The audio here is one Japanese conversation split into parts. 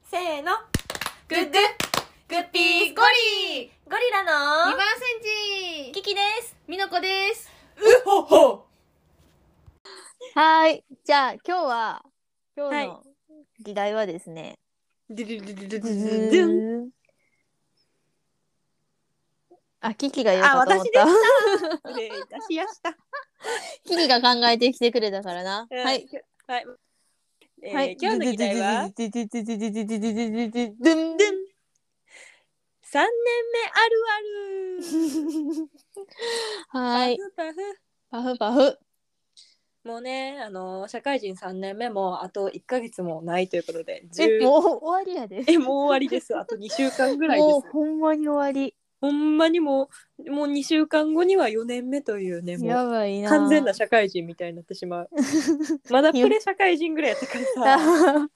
せーの。グッグッグッピーゴリラの 2番センチキキです。 みのこです。 うほほ。 はい。じゃあ今日はいの議題はですね、 ドゥルルルルルズルルズルン。 ーン。あ、キキが言うあ、 かと思った。 失礼いたしやした。 キキが考えてきてくれたからな。はい。 はい。 はい。 今日の議題はドゥドゥドゥドゥドゥドゥドゥドゥドゥドゥドゥドゥンドゥン。3年目あるある。 はい。 パフパフ。 パフパフ。 もうね、社会人3年目もあと1ヶ月もないということで、 もう終わりやで。 もう終わりです。あと2週間ぐらいでもうす。 ほんまに終わり。 ほんまにもう2週間後には4年目というね、もやうばいな。 完全な社会人みたいになってしまう。まだプレ社会人ぐらいやったからさ。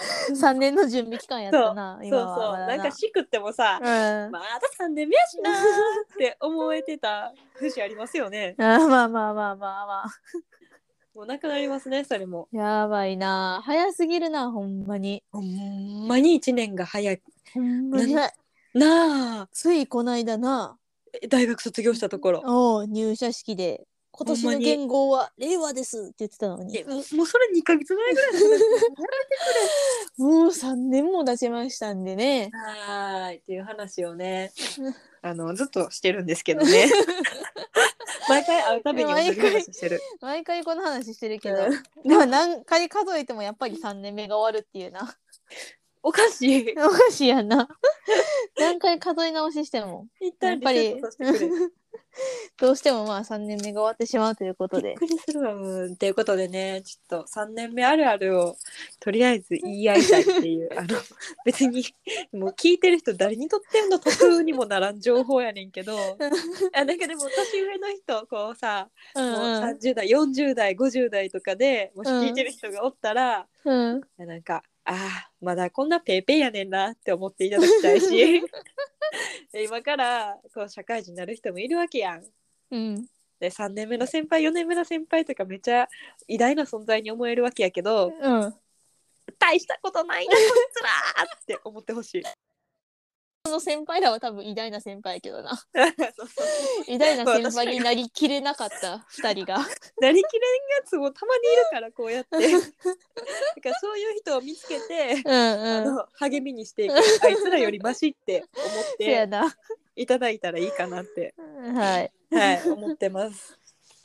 3年の準備期間やったな、今はそうまだなんかしくってもさ、 うん。 まだ3年目やしなーって思えてた節ありますよね。 まあまあまあまあまあ。 もうなくなりますね、それも。 やばいな。早すぎるな、ほんまに。 ほんまに1年が早い。 ほんまに。 なあ、 ついこないだな。 大学卒業したところ。 おう、入社式で。今年のほんまに元号は令和ですって言ってたのに。 もうそれ2ヶ月前ぐらいの話。やめてもう3年も経ちましたんでね。 くれ。はーいっていう話をね、ずっとしてるんですけどね。毎回会うたびに同じ話してる。 毎回この話してるけど。 うんでも何回数えてもやっぱり3年目が終わるっていうな。 おかしい。 おかしいやんな。何回数え直ししても。 一やっぱり旦リセットさせてくれ。 どうしてもまあ3年目が終わってしまうということで。 びっくりするわ。っていうことでね、ちょっと3年目あるあるをとりあえず言い合いたいっていう別にもう聞いてる人誰にとっての得にもならん情報やねんけどなんかでも年上の人こうさ、もう30代40代50代とかでもし聞いてる人がおったら、なんかまだこんなペーペーやねんなって思っていただきたいし今からこう社会人になる人もいるわけやん。で3年目の先輩4年目の先輩とかめっちゃ偉大な存在に思えるわけやけど、大したことないなこいつらって思ってほしい。 その先輩らは多分偉大な先輩やけどな。 そうそう偉大な先輩になりきれなかった2人が。 なりきれんやつもたまにいるからこうやってだからそういう人を見つけて励みにしていく。あいつらよりマシって思っていただいたらいいかなってはい思ってます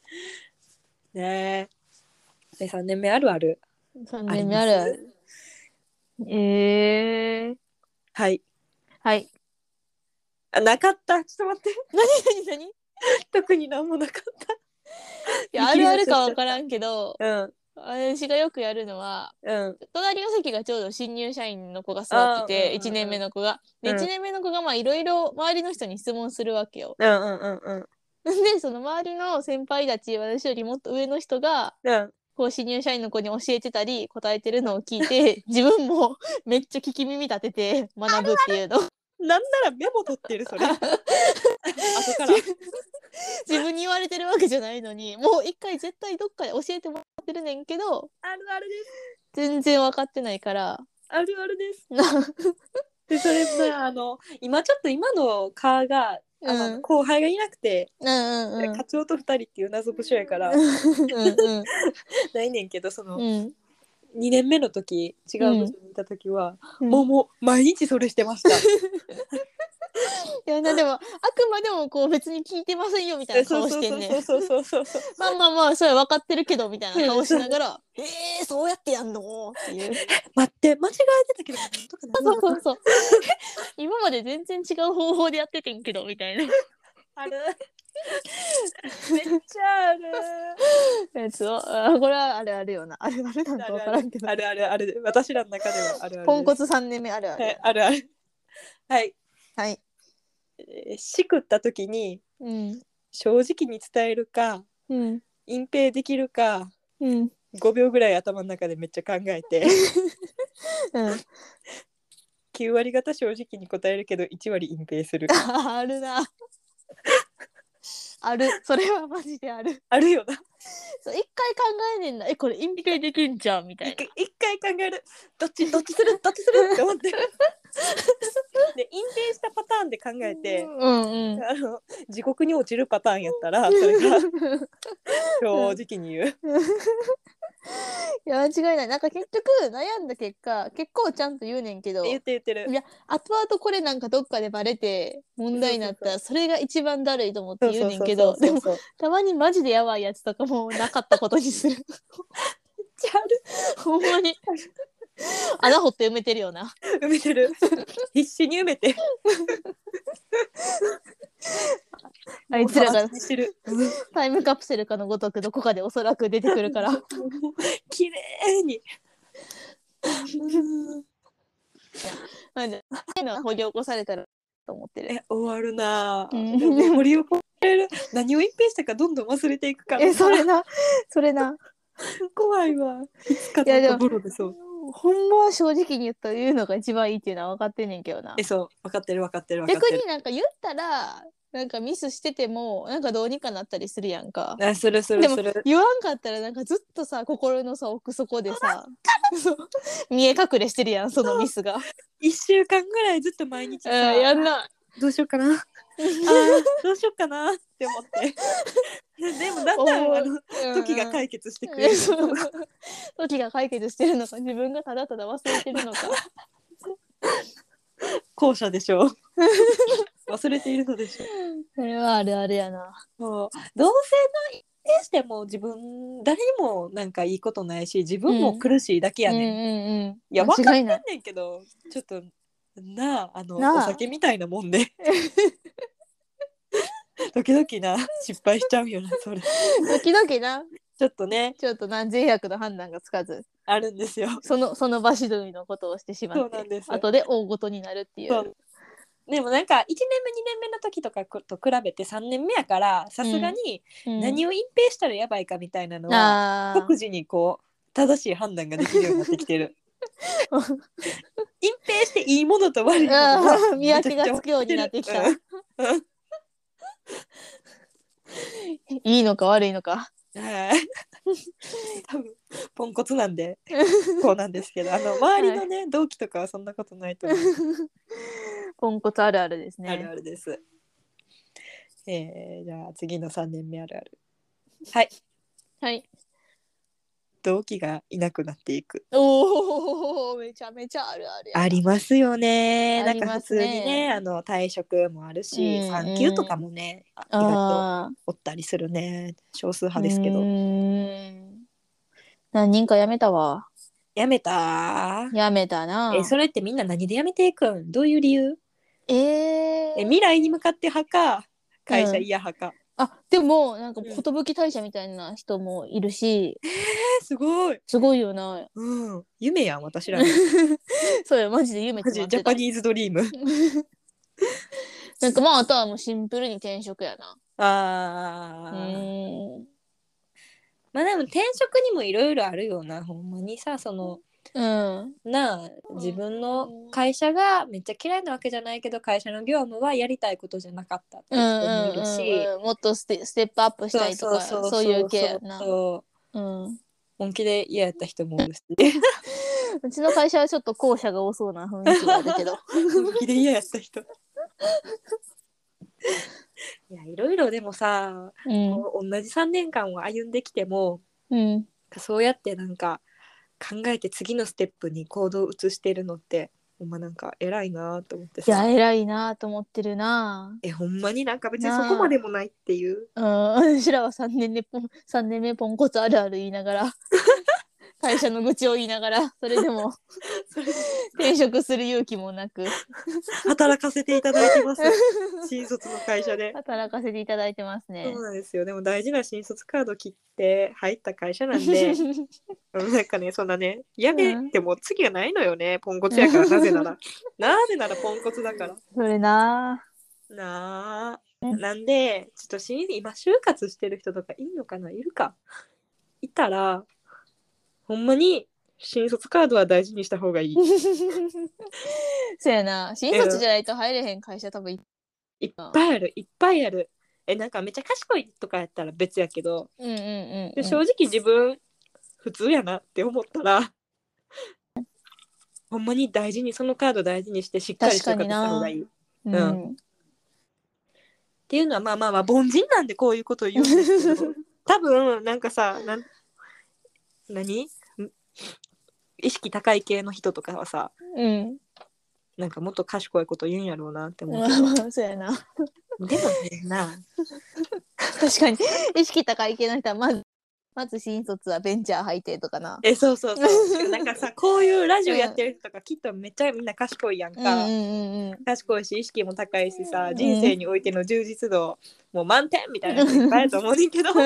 ね。で3年目あるある 3年目あるある。 はいなかった。ちょっと待って。 何特になんもなかった。 いやあるあるか分からんけど、 私がよくやるのは、隣の席がちょうど新入社員の子が座ってて、1年目の子が。で、1年目の子がまあいろいろ周りの人に質問するわけよ。で、その周りの先輩たち、私よりもっと上の人が、こう新入社員の子に教えてたり答えてるのを聞いて自分もめっちゃ聞き耳立てて学ぶっていうの。 なんならメモ取ってるそれ。後から自分に言われてるわけじゃないのにもう一回絶対どっかで教えてもらってるねんけどあるあるです。 全然分かってないからあるあるです。でそれさ今ちょっと今の科が後輩がいなくて、課長と2人っていう謎部署やからないねんけどその、2年目の時違う部署にいた時は、もう毎日それしてました。 いやでもあくまでもこう別に聞いてませんよみたいな顔してんねん。まあまあまあそれは分かってるけどみたいな顔しながらそうやってやんのっていう待って間違えてたけどそう今まで全然違う方法でやっててんけどみたいなあるめっちゃあるやつをこれはあるあるよな。あるあるなんか分からんけどあるあるある私らの中ではあるあるポンコツ3年目あるあるあるあるはいしくった時に、正直に伝えるか、隠蔽できるか、5秒ぐらい頭の中でめっちゃ考えて、9割方正直に答えるけど1割隠蔽する。 あるなある。それはマジである。 あるよな。 そう一回考えねんな。これ隠蔽できんじゃんみたいな。 一回考える。どっちするって思って。で隠蔽したパターンで考えて、 うんうん。 地獄に落ちるパターンやったらそれが正直に言う。 いや間違いない。なんか結局悩んだ結果結構ちゃんと言うねんけど、 言ってる。 いや後々これなんかどっかでバレて問題になったらそれが一番だるいと思って言うねんけど、でもたまにマジでやばいやつとかもなかったことにする。めっちゃある。 ほんまに穴掘って埋めてるよな。 埋めてる。必死に埋めて。 あいつらがタイムカプセルかのごとくどこかでおそらく出てくるから。 綺麗に。 なんで掘り起こされたらと思ってる。 終わるな。掘り起こされる。何を隠蔽したかどんどん忘れていくから。 それな。 怖いわ。いつかなんかボロでそう。 ほんまは正直に言うのが一番いいっていうのは分かってんねんけどな。 そう分かってる。 逆になんか言ったらなんかミスしててもなんかどうにかなったりするやんか。 する。 でも言わんかったらなんかずっとさ心のさ奥底でさ見え隠れしてるやんそのミスが。 1週間ぐらいずっと毎日さ、 やんな。 どうしようかなどうしようかなって思ってでもだんだん時が解決してくれる時が解決してるのか自分がただただ忘れてるのか後者でしょう忘れているのでしょう。 それはあるあるやな。 もう同性の一定しても自分誰にもなんかいいことないし自分も苦しいだけやねん、いや分かってんねんけどちょっとなあお酒みたいなもんで時々な失敗しちゃうよなそれ。 時々なちょっと善悪の判断がつかずあるんですよ。 その場しどりのことをしてしまって、そうなんです。後で大ごとになるっていう。 でもなんか1年目2年目の時とかと比べて3年目やからさすがに何を隠蔽したらやばいかみたいなのは、即時にこう正しい判断ができるようになってきてる。隠蔽していいものと悪いものが見分けがつくようになってきた。いいのか悪いのか。 多分ポンコツなんでこうなんですけど周りのね、同期とかはそんなことないと思う。 ポンコツあるあるですね。 あるあるです。じゃあ次の3年目あるある。はい同期がいなくなっていく。 おーめちゃめちゃあるあるやな。 ありますよね。なんか普通にね退職もあるし、産休とかもね意外とおったりするね。少数派ですけど。 何人か辞めたわ。 辞めたな。 それってみんな何で辞めていくん？どういう理由？未来に向かって派か会社嫌派か。 でもなんか寿退社みたいな人もいるし、 すごいよな。 夢やん私らの。 そうやマジで夢ってジャパニーズドリーム。 なんかあとはもうシンプルに転職やな。 まあでも転職にもいろいろあるよな。ほんまにさ自分の会社がめっちゃ嫌いなわけじゃないけど会社の業務はやりたいことじゃなかったって人もいるし、 もっとステップアップしたいとかそういう系やな。 本気で嫌やった人もいるしうちの会社はちょっと後者が多そうな雰囲気があるけど本気で嫌やった人いやいろいろでもさ、同じ3年間を歩んできても、そうやってなんか考えて次のステップに行動を移してるのってほんまなんか偉いなと思ってさ。 いや偉いなと思ってるな。 ほんまになんか別にそこまでもないっていう。 私らは3年目ポンコツあるある言いながら会社の愚痴を言いながらそれでも転職する勇気もなく働かせていただいてます新卒の会社で働かせていただいてますね。 そうなんですよ。でも大事な新卒カード切って入った会社なんでなんかねそんなねやめても次がないのよね、ポンコツやからなぜならポンコツだからそれななんでちょっと今就活してる人とかいいのかないるかいたらほんまに新卒カードは大事にした方がいいそうやな新卒じゃないと入れへん会社多分いっぱいあるなんかめっちゃ賢いとかやったら別やけど、 うんうんうんうん、 で正直自分普通やなって思ったらほんまに大事にそのカード大事にしてしっかり確か収穫にな。 した方がいい。 ううん。 ん。 っていうのはまあまあまあ凡人なんでこういうことを言うんですけど多分なんかさ何意識高い系の人とかはさうん。 なんかもっと賢いこと言うんやろうなって思うまけどあまあそうやな。 でもねな確かに意識高い系の人はまず新卒はベンチャー入ってとかな。 そうそうそうしかもなんかさこういうラジオやってる人とかきっとめっちゃみんな賢いやんうんうか、 んうん賢いし意識も高いしさうん。 人生においての充実度もう満点みたいな人いっぱいあると思うねんけどだ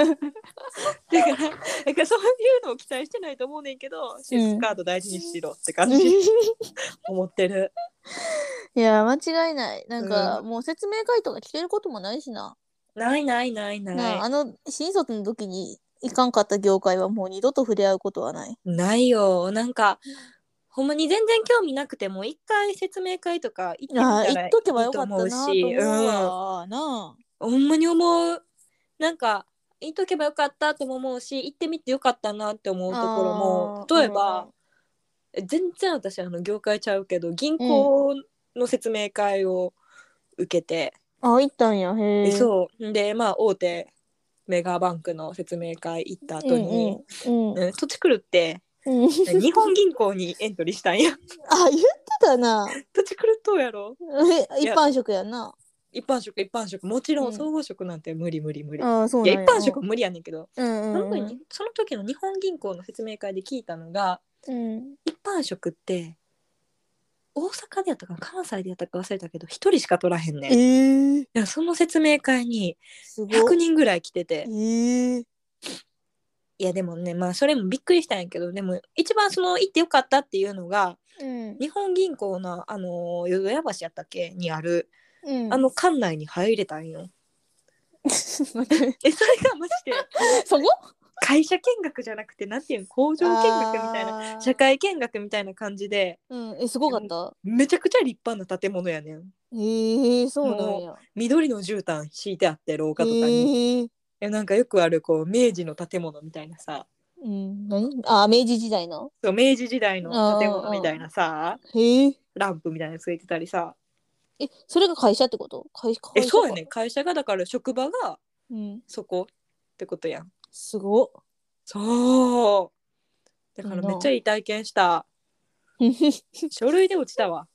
からそういうのを期待してないと思うねんけどシスカード大事にしろって感じ思ってる。 いや間違いない。なんか、 うん、 もう説明会とか聞けることもないしな。 ないないないないなあ、新卒の時に行かんかった業界はもう二度と触れ合うことはない。 ないよ。なんかほんまに全然興味なくても一回説明会とか行ってみああ、 たらい行っとけばいと思よかったうし、 なと思うわ。なほんまに思う。なんか行っとけばよかったとも思うし行ってみてよかったなって思うところもあ。ああ、 例えば、全然私業界ちゃうけど銀うん。 行の説明会を受けて、 あ、行ったんや。へえ。 そうでまあ大手メガバンクの説明会行ったうん後に、 うんうん。 土地狂ってうん、 日本銀行にエントリーしたんやあ、言ってたな。 土地狂っとうやろ。いや一般職やんな。 一般職もちろんうん。 総合職なんて無理無理無理。 ああ、そういやなんや。 一般職は無理やねんけど、 うんうんうん。 その時の日本銀行の説明会で聞いたのがうん。 一般職って大阪でやったか関西でやったか忘れたけど一人しか取らへんねん。いええ、 やその説明会に100 すご。 人ぐらい来てて、 ええ、 いやでもねまあそれもびっくりしたんやけどでも一番その行ってよかったっていうのがうん。 日本銀行の淀屋橋やったっけにあるうん。 館内に入れたんよ。 待って。 それがマジでそこ。 会社見学じゃなくてなんていうの工場見学みたいな社あ会見学みたいな感じで、 ー、うん。すごかった。 めちゃくちゃ立派な建物やねん。 ええ、そうなんもうや。 緑の絨毯敷いてあって廊下とかにええ、 なんかよくあるこう明治の建物みたいなさ、 うん。明治時代の。 そう明治時代の建物みああ、 たいなさへえ。 ランプみたいなのついてたりさ、 それが会社ってこと？会社か。 そうやね会社がだから職場がうん。 そこってことやん。 すごっ。 そうだいいな。 からめっちゃいい体験した。書類で落ちたわ。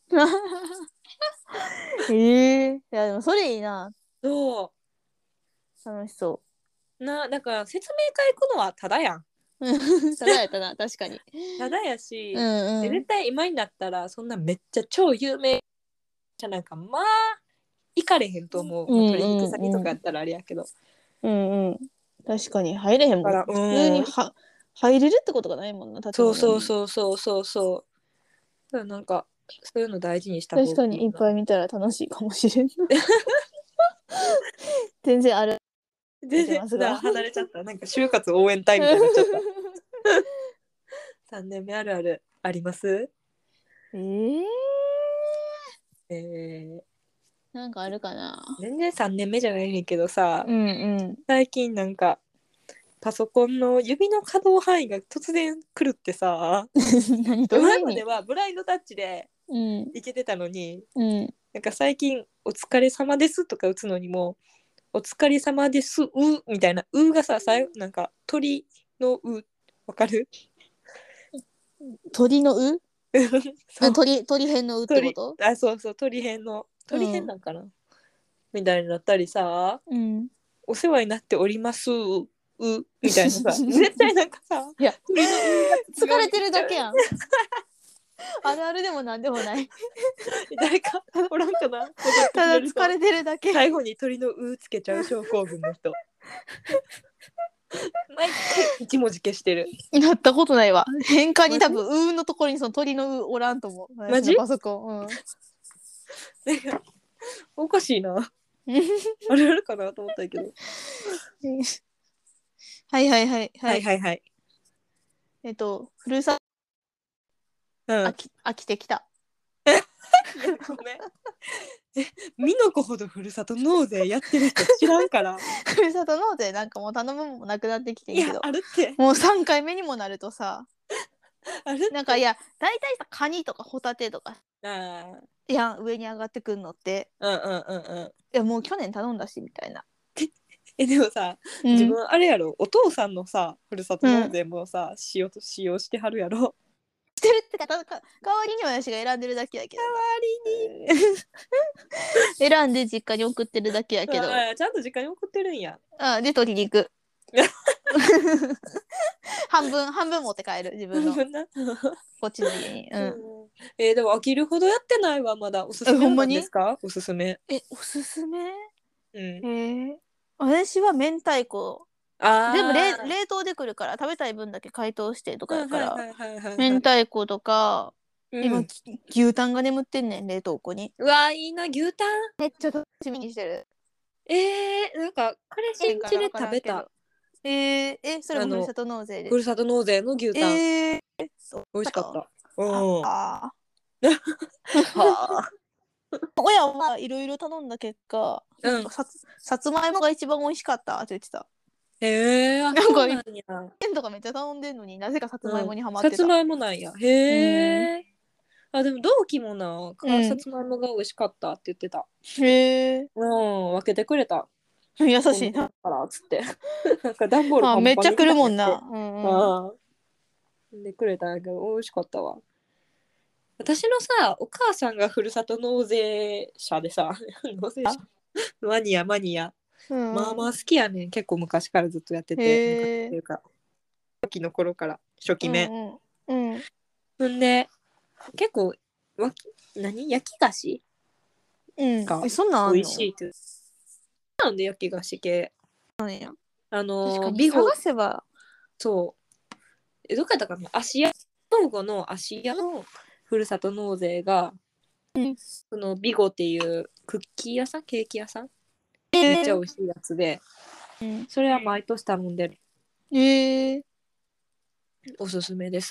ええ、いやでもそれいいな。 そ楽しそだから説明会行くのはただやん。 う。ただやったな、確かに。 ただやうし、 んうん。 絶対今になったらそんなめっちゃ超有名じゃなんかまあ行かれへんと思う、まあ、 うん取引先とうんうん。 かやったらあれやけど、 うんうん。確かに入れへんもん。 だから普通に入れるってことがないもんな、建そう物に。 そうそうそうそうそうだからなんかそういうの大事にした方確かにいっがいいな。 ぱい見たら楽しいかもしれんな。全然ある出全然てますが。 離れちゃったなんか就活応援隊みたいになっちゃった3年目あるあるあります？ えー、 えなんかあるかな。 全然3年目じゃないねんけどさ、 うんうん。 最近なんかパソコンの指の可動範囲が突然狂ってさ、 何、どういう意味？ 前まではブラインドタッチでうん。 いけてたのに、 うん。 なんか最近「お疲れ様です」とか打つのにも「お疲れ様です」みたいな「う」がさ最後なんか鳥の「う」わかる？ 鳥のう？ そう鳥編のうってこと？ そうそう鳥編の鳥編うん。 なんかなみたいになったりさうん。 「お世話になっております」みたいなさ絶対なんかさいや、 鳥の「う」が疲れて違うるだけやん。あるあるでもなんでもない。 誰かおらんかな分かってただくれる人。 疲れてるだけ。 最後に鳥の「う」つけちゃう症候群の人毎回一文字消してる。 なったことないわ。変換に多分、うのところにその鳥のうおらんと思う。 マジ私のパソコン。うん。 おかしいなあれあるかなと思ったけどはいはいはいははいい。 はいはい。 ふるさうん。 飽きてきた。 いやごめん。 美の子ほどふるさと納税やってる人知らんからふるさと納税なんかもう頼むもんもなくなってきてんいやけど、 あるってもう3回目にもなるとさ、 あるってなんかいや大体さカニとかホタテとかあいや上に上がってくんのって、 うんうんうんうんいやもう去年頼んだしみたいな。 でもさ、自分あれやろ、お父さんのさふるさと納税もさ、使用してはるやろ。 してるってか代わりに私が選んでるだけやけどな。選んで実家に送ってるだけやけど、 ちゃんと実家に送ってるんや。 で取りに行く。半分持って帰る自分のこっちの家に。 でも飽きるほどやってないわまだ。おすすめなんですか？おすすめ。 おすすめ？ うん。 私は明太子。 あでも冷凍で来るから食べたい分だけ解凍してとかやから明明太子とか、今うん、 牛タンが眠ってんねん冷凍庫に。 うわいいな牛タン。 めっちゃ楽しみにしてる。 なんか彼氏ん家で食べた。 それもふるさと納税で。 ふるさと納税の牛タン。 そう美味しかった。 はあ。 親はいろいろ頼んだ結果、なんかさつまいもが一番美味しかったって言ってた。 なんかペンとかめっちゃ頼んでんのになぜかさつまいもにハマってた。 さつまいもなんや。へえ。でも同期もな、さつまいもが美味しかったって言ってた。 へえ。 分けてくれた。 優しいな。 からっつって。なんか段ボールパンパンにめっちゃ来るもんな。 でくれたんやけど美味しかったわ。私のさ、お母さんがふるさと納税者でさ、納税者マニア。まあまあ好きやねん。結構昔からずっとやってて。昔っていうか、初期の頃から初期目。ほんで、結構、焼き菓子がそんなん美味しいって。なんで焼き菓子系。 ビゴ探せば。 そう。どこやったかな、兵庫の芦屋のふるさと納税が、そのビゴっていうクッキー屋さん、ケーキ屋さん、めっちゃ美味しいやつで、それは毎年頼んでる。おすすめです。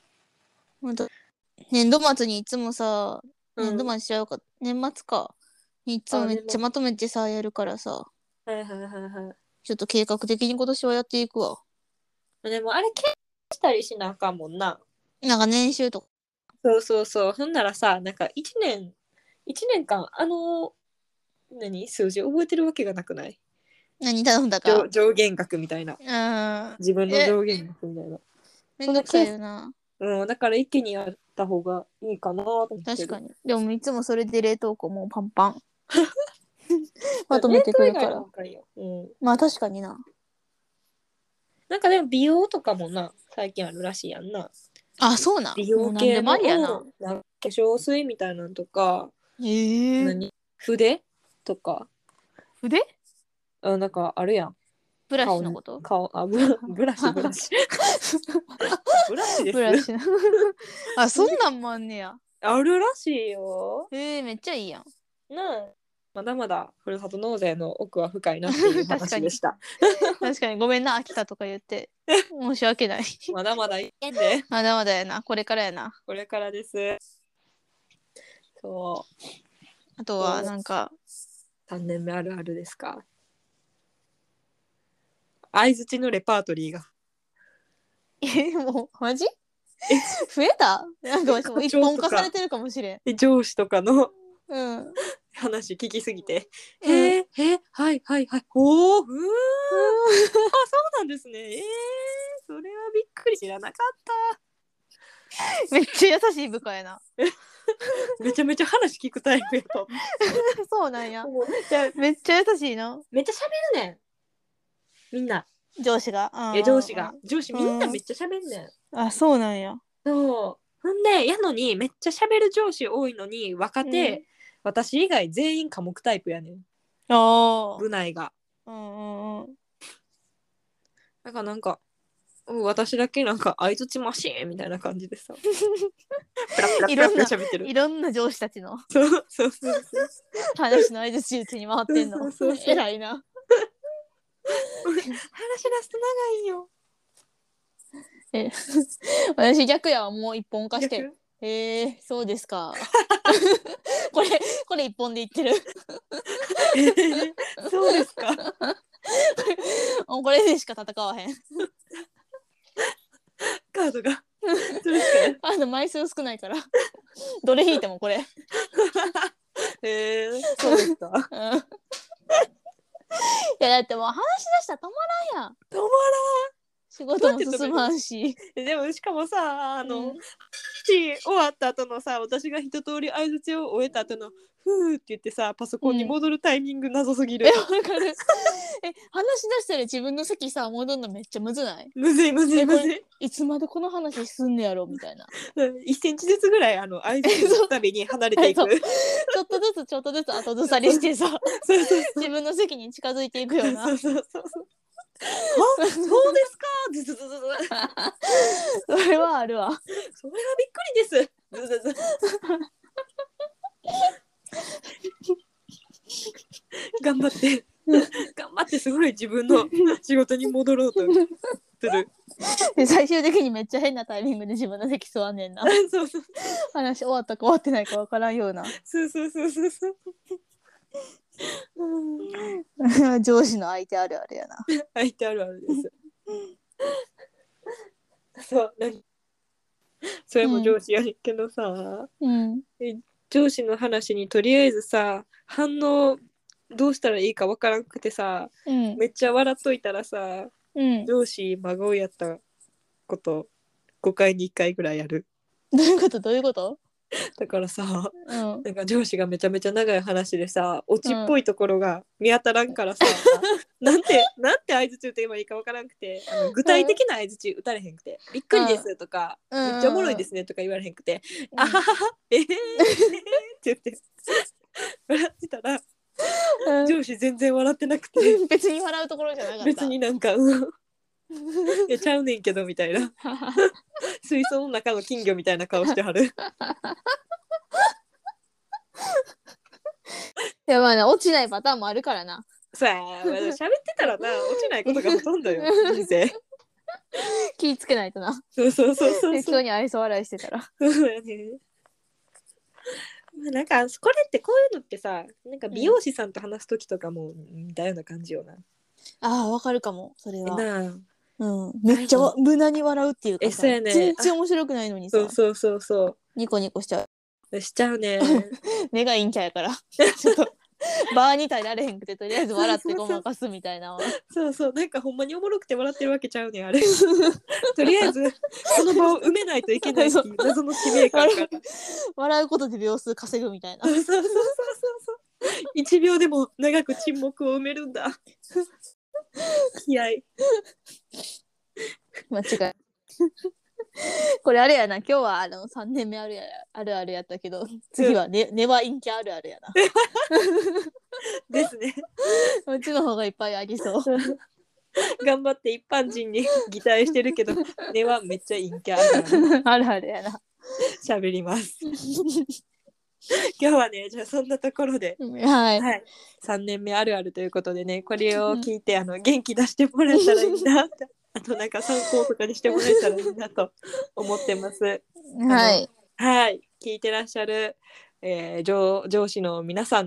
年度末にいつもさ、年度末しちゃうか、年末かいつもめっちゃまとめてさやるからさ、ちょっと計画的に今年はやっていくわ。 でもあれ計画したりしなあかんもんな。 なんか年収とか。 そうほんならさ、なんか1年間数字覚えてるわけがなくない？ 何頼んだか上限額みたいな。自分の上限額みたいな。 めんどくさいよな。 だから一気にやった方がいいかなと思ってる。 確かに。でもいつもそれで冷凍庫もうパンパン。まとめてくるから。まあ確かにな。 なんかでも美容とかもな、最近あるらしいやんな。 そうなん。 美容系の化粧水みたいなのとか、筆とか。 筆？ なんかあるやん。 ブラシのこと？ ブラシ。ブラシです。 ブラシそんなんもあんねや。 あるらしいよ。 めっちゃいいやん。 まだまだふるさと納税の奥は深いなっていう話でした。 確かにごめんな、秋田とか言って申し訳ない。 まだまだいいね。 まだまだやな、これからやな。 これからです。そう。 あとはなんか 3年目あるあるですか？相づちのレパートリーが。 もうマジ？増えた？なんか一本化されてるかもしれん。 上司とかの話聞きすぎて。はいほうそうなんですね。それはびっくり、知らなかった。 めっちゃ優しい部下やな。 めちゃめちゃ話聞くタイプやと。 そうなんや。めっちゃ優しいな。 めっちゃ喋るねん。みんな。 上司が。 上司みんなめっちゃ喋んねん。そうなんや。 そう。ほんで、やのにめっちゃ喋る上司多いのに、若手、私以外全員科目タイプやねん。部内が。なんか私だけなんか相づちマシーンみたいな感じでさ。 いろんな上司たちの話の相づち打ちに回ってんの。偉いな。 話し出すと長いよ。 私逆やわ、もう一本化して。そうですか。 これ一本でいってる。 そうですか。 もうこれでしか戦わへん。 カードがそれしか枚数少ないから。どれ引いてもこれ。 そうですか。 うん、いやだってもう話し出したら止まらんやん。 止ま仕事も進まんし。 でもしかもさうん終わった後のさ、私が一通り相づちを終えた後のふーって言ってさ、パソコンに戻るタイミング謎すぎる。 わかる。話し出したら自分の席さ戻るのめっちゃむずない？ むずいむずいむずい。 いつまでこの話すんねやろみたいな。 1センチずつぐらい相づちのたびに離れていく。 ちょっとずつ後ずさりしてさ自分の席に近づいていくような。 そうそうそうそうですか。ずずずずず。 それはあるわ。 それはびっくりです。ずずず。頑張ってすごい自分の仕事に戻ろうとする。 で最終的にめっちゃ変なタイミングで自分の席座んねんな。 そうそう。 話終わったか終わってないか分からんような。 そう。 上司の相手あるあるやな。 相手あるあるです。そうそれも上司やねんけどさ、上司の話にとりあえずさ反応どうしたらいいかわからんくてさ、めっちゃ笑っといたらさ、上司真顔やったこと5回に1回ぐらいやる。 どういうことだからさ、なんか上司がめちゃめちゃ長い話でさオチっぽいところが見当たらんからさ、なんて相づち打って今いいかわからんくて、具体的な相づち打たれへんくて、びっくりですとか、めっちゃおもろいですねとか言われへんくて、あはははって言って笑ってたら、上司全然笑ってなくて別に笑うところじゃなかった。 別になんかいやちゃうねんけどみたいな水槽の中の金魚みたいな顔してはる。 いやまあね、落ちないパターンもあるからな。 さあ喋ってたらな落ちないことがほとんどよ人生。 気ぃつけないとな。 そう適当に愛想笑いしてたら。 そうやね。なんかこれってこういうのってさ、なんか美容師さんと話す時とかも似たような感じよな。 ああわかるかもそれは。 なめっちゃ無駄に笑うっていうかさ、 ね、 全然面白くないのにさ、 そうニコニコしちゃうね。 目が陰キャやからちょっとバーに耐えられへんくてとりあえず笑ってごまかすみたいな。 そうなんかほんまにおもろくて笑ってるわけちゃうねんあれ。とりあえずこの場を埋めないといけないっていう謎の使命感から笑うことで秒数稼ぐみたいな。 そう1秒でも長く沈黙を埋めるんだ。気合い間違いこれあれやな、今日は3年目あるあるやったけど、次はネバーインキャあるあるやな。 ですね。 うちの方がいっぱいありそう。 頑張って一般人に擬態してるけど、根はめっちゃ陰キャあるあるやな。 喋ります。今日はね、じゃあそんなところで、 はい、 3年目あるあるということでね、これを聞いて元気出してもらえたらいいなって。あとなんか参考とかにしてもらえたらいいなと思ってます。はい、聞いてらっしゃる、上司の皆さん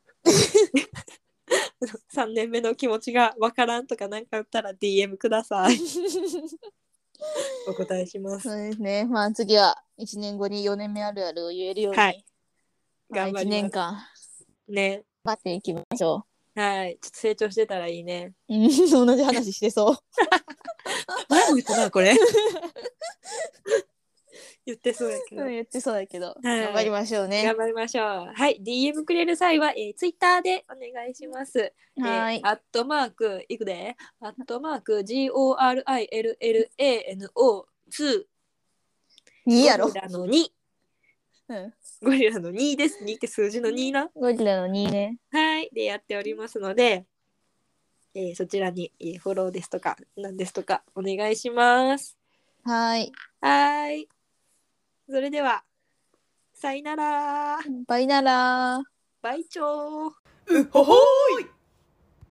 3年目の気持ちがわからんとかなんかあったら DM ください。お答えします。 そうですね。まあ次は1年後に4年目あるあるを言えるように、 頑張ります。1 年間ね、 頑張っていきましょう。はい、ちょっと成長してたらいいね。 同じ話してそう。 前も言ったなこれ。言ってそうやけど。 言ってそうやけど、頑張りましょうね。 頑張りましょう。はい、DM くれる際は、Twitter でお願いします。 はい。 アットマークいくで。アットマーク GORILLANO2。 2やろ。 ゴリラの2。ゴリラの2です。2って数字の2な。 ゴリラの2ね。 はい。でやっておりますので、そちらに、フォローですとか何ですとかお願いします。 はい。 それではさよなら。 バイなら。 バイチョー。 うほほーい。